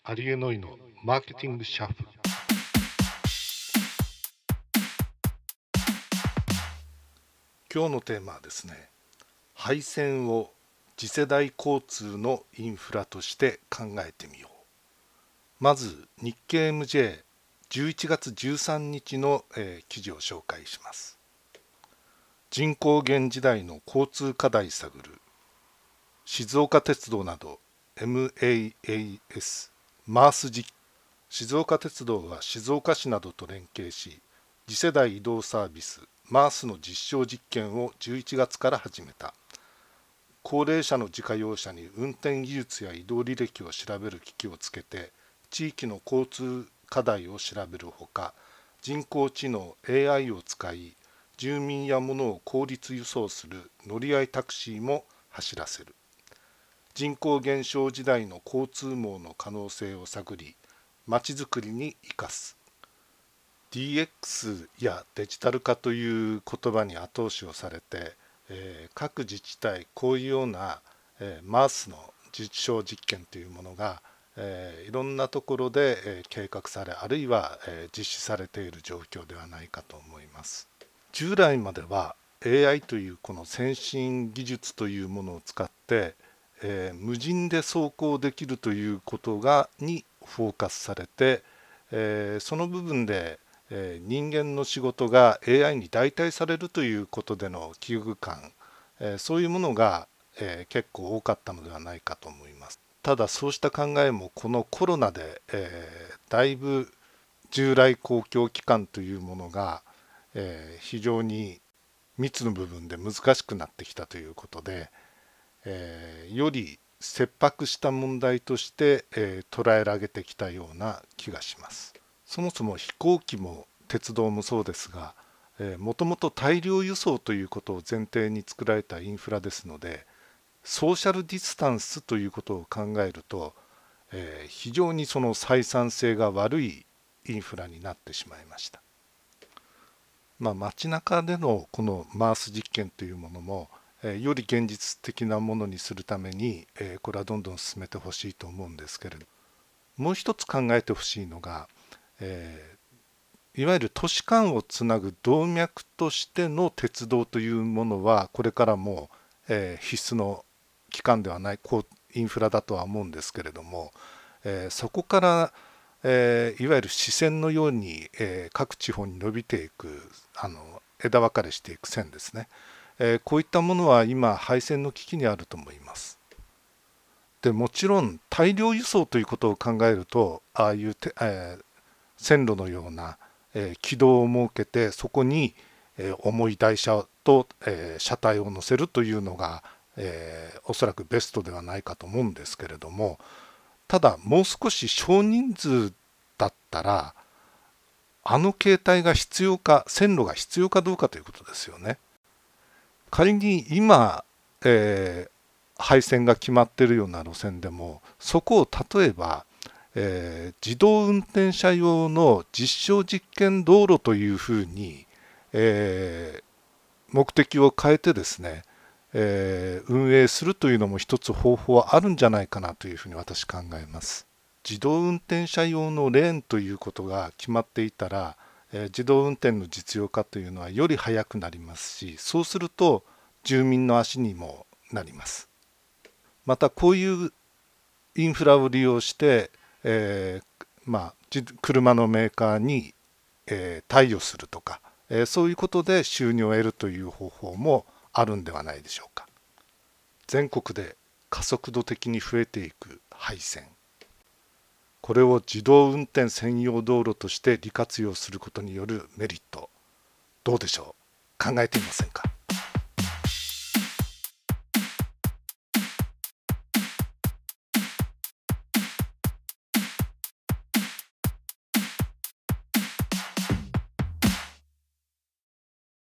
アリエノイのマーケティングシャッフル。 今日のテーマはですね、廃線を次世代交通のインフラとして考えてみよう。まず日経 MJ11 月13日の、記事を紹介します。人口減時代の交通課題探る。静岡鉄道など MAAS マース実静岡鉄道は静岡市などと連携し、次世代移動サービスマースの実証実験を11月から始めた。高齢者の自家用車に運転技術や移動履歴を調べる機器をつけて、地域の交通課題を調べるほか、人工知能 AI を使い、住民や物を効率輸送する乗り合いタクシーも走らせる。人口減少時代の交通網の可能性を探り、まちづくりに生かす。 DX やデジタル化という言葉に後押しをされて、各自治体こういうような、マースの実証実験というものが、いろんなところで、計画されあるいは、実施されている状況ではないかと思います。従来までは AI というこの先進技術というものを使って、無人で走行できるということにフォーカスされて、その部分で、人間の仕事が AI に代替されるということでの危惧感、そういうものが、結構多かったのではないかと思います。ただそうした考えもこのコロナで、だいぶ従来公共機関というものが、非常に密の部分で難しくなってきたということで、より切迫した問題として、捉えられてきたような気がします。そもそも飛行機も鉄道もそうですが、もともと大量輸送ということを前提に作られたインフラですので、ソーシャルディスタンスということを考えると、非常にその採算性が悪いインフラになってしまいました。街中でのこのマース実験というものも、より現実的なものにするために、これはどんどん進めてほしいと思うんですけれど、もう一つ考えてほしいのが、いわゆる都市間をつなぐ動脈としての鉄道というものはこれからも、必須の機関ではないインフラだとは思うんですけれども、そこから、いわゆる支線のように、各地方に伸びていく枝分かれしていく線ですね、こういったものは今廃線の危機にあると思います。でもちろん大量輸送ということを考えると、ああいう、線路のような、軌道を設けてそこに、重い台車と、車体を乗せるというのが、おそらくベストではないかと思うんですけれども、ただもう少し少人数だったら形態が必要か、線路が必要かどうかということですよね。仮に今、廃線が決まっているような路線でも、そこを例えば、自動運転車用の実証実験道路というふうに、目的を変えてですね、運営するというのも一つ方法はあるんじゃないかなというふうに私考えます。自動運転車用のレーンということが決まっていたら、自動運転の実用化というのはより早くなりますし、そうすると住民の足にもなります。またこういうインフラを利用して、車のメーカーに、貸与するとか、そういうことで収入を得るという方法もあるんではないでしょうか。全国で加速度的に増えていく廃線、これを自動運転専用道路として利活用することによるメリット、どうでしょう。考えてみませんか。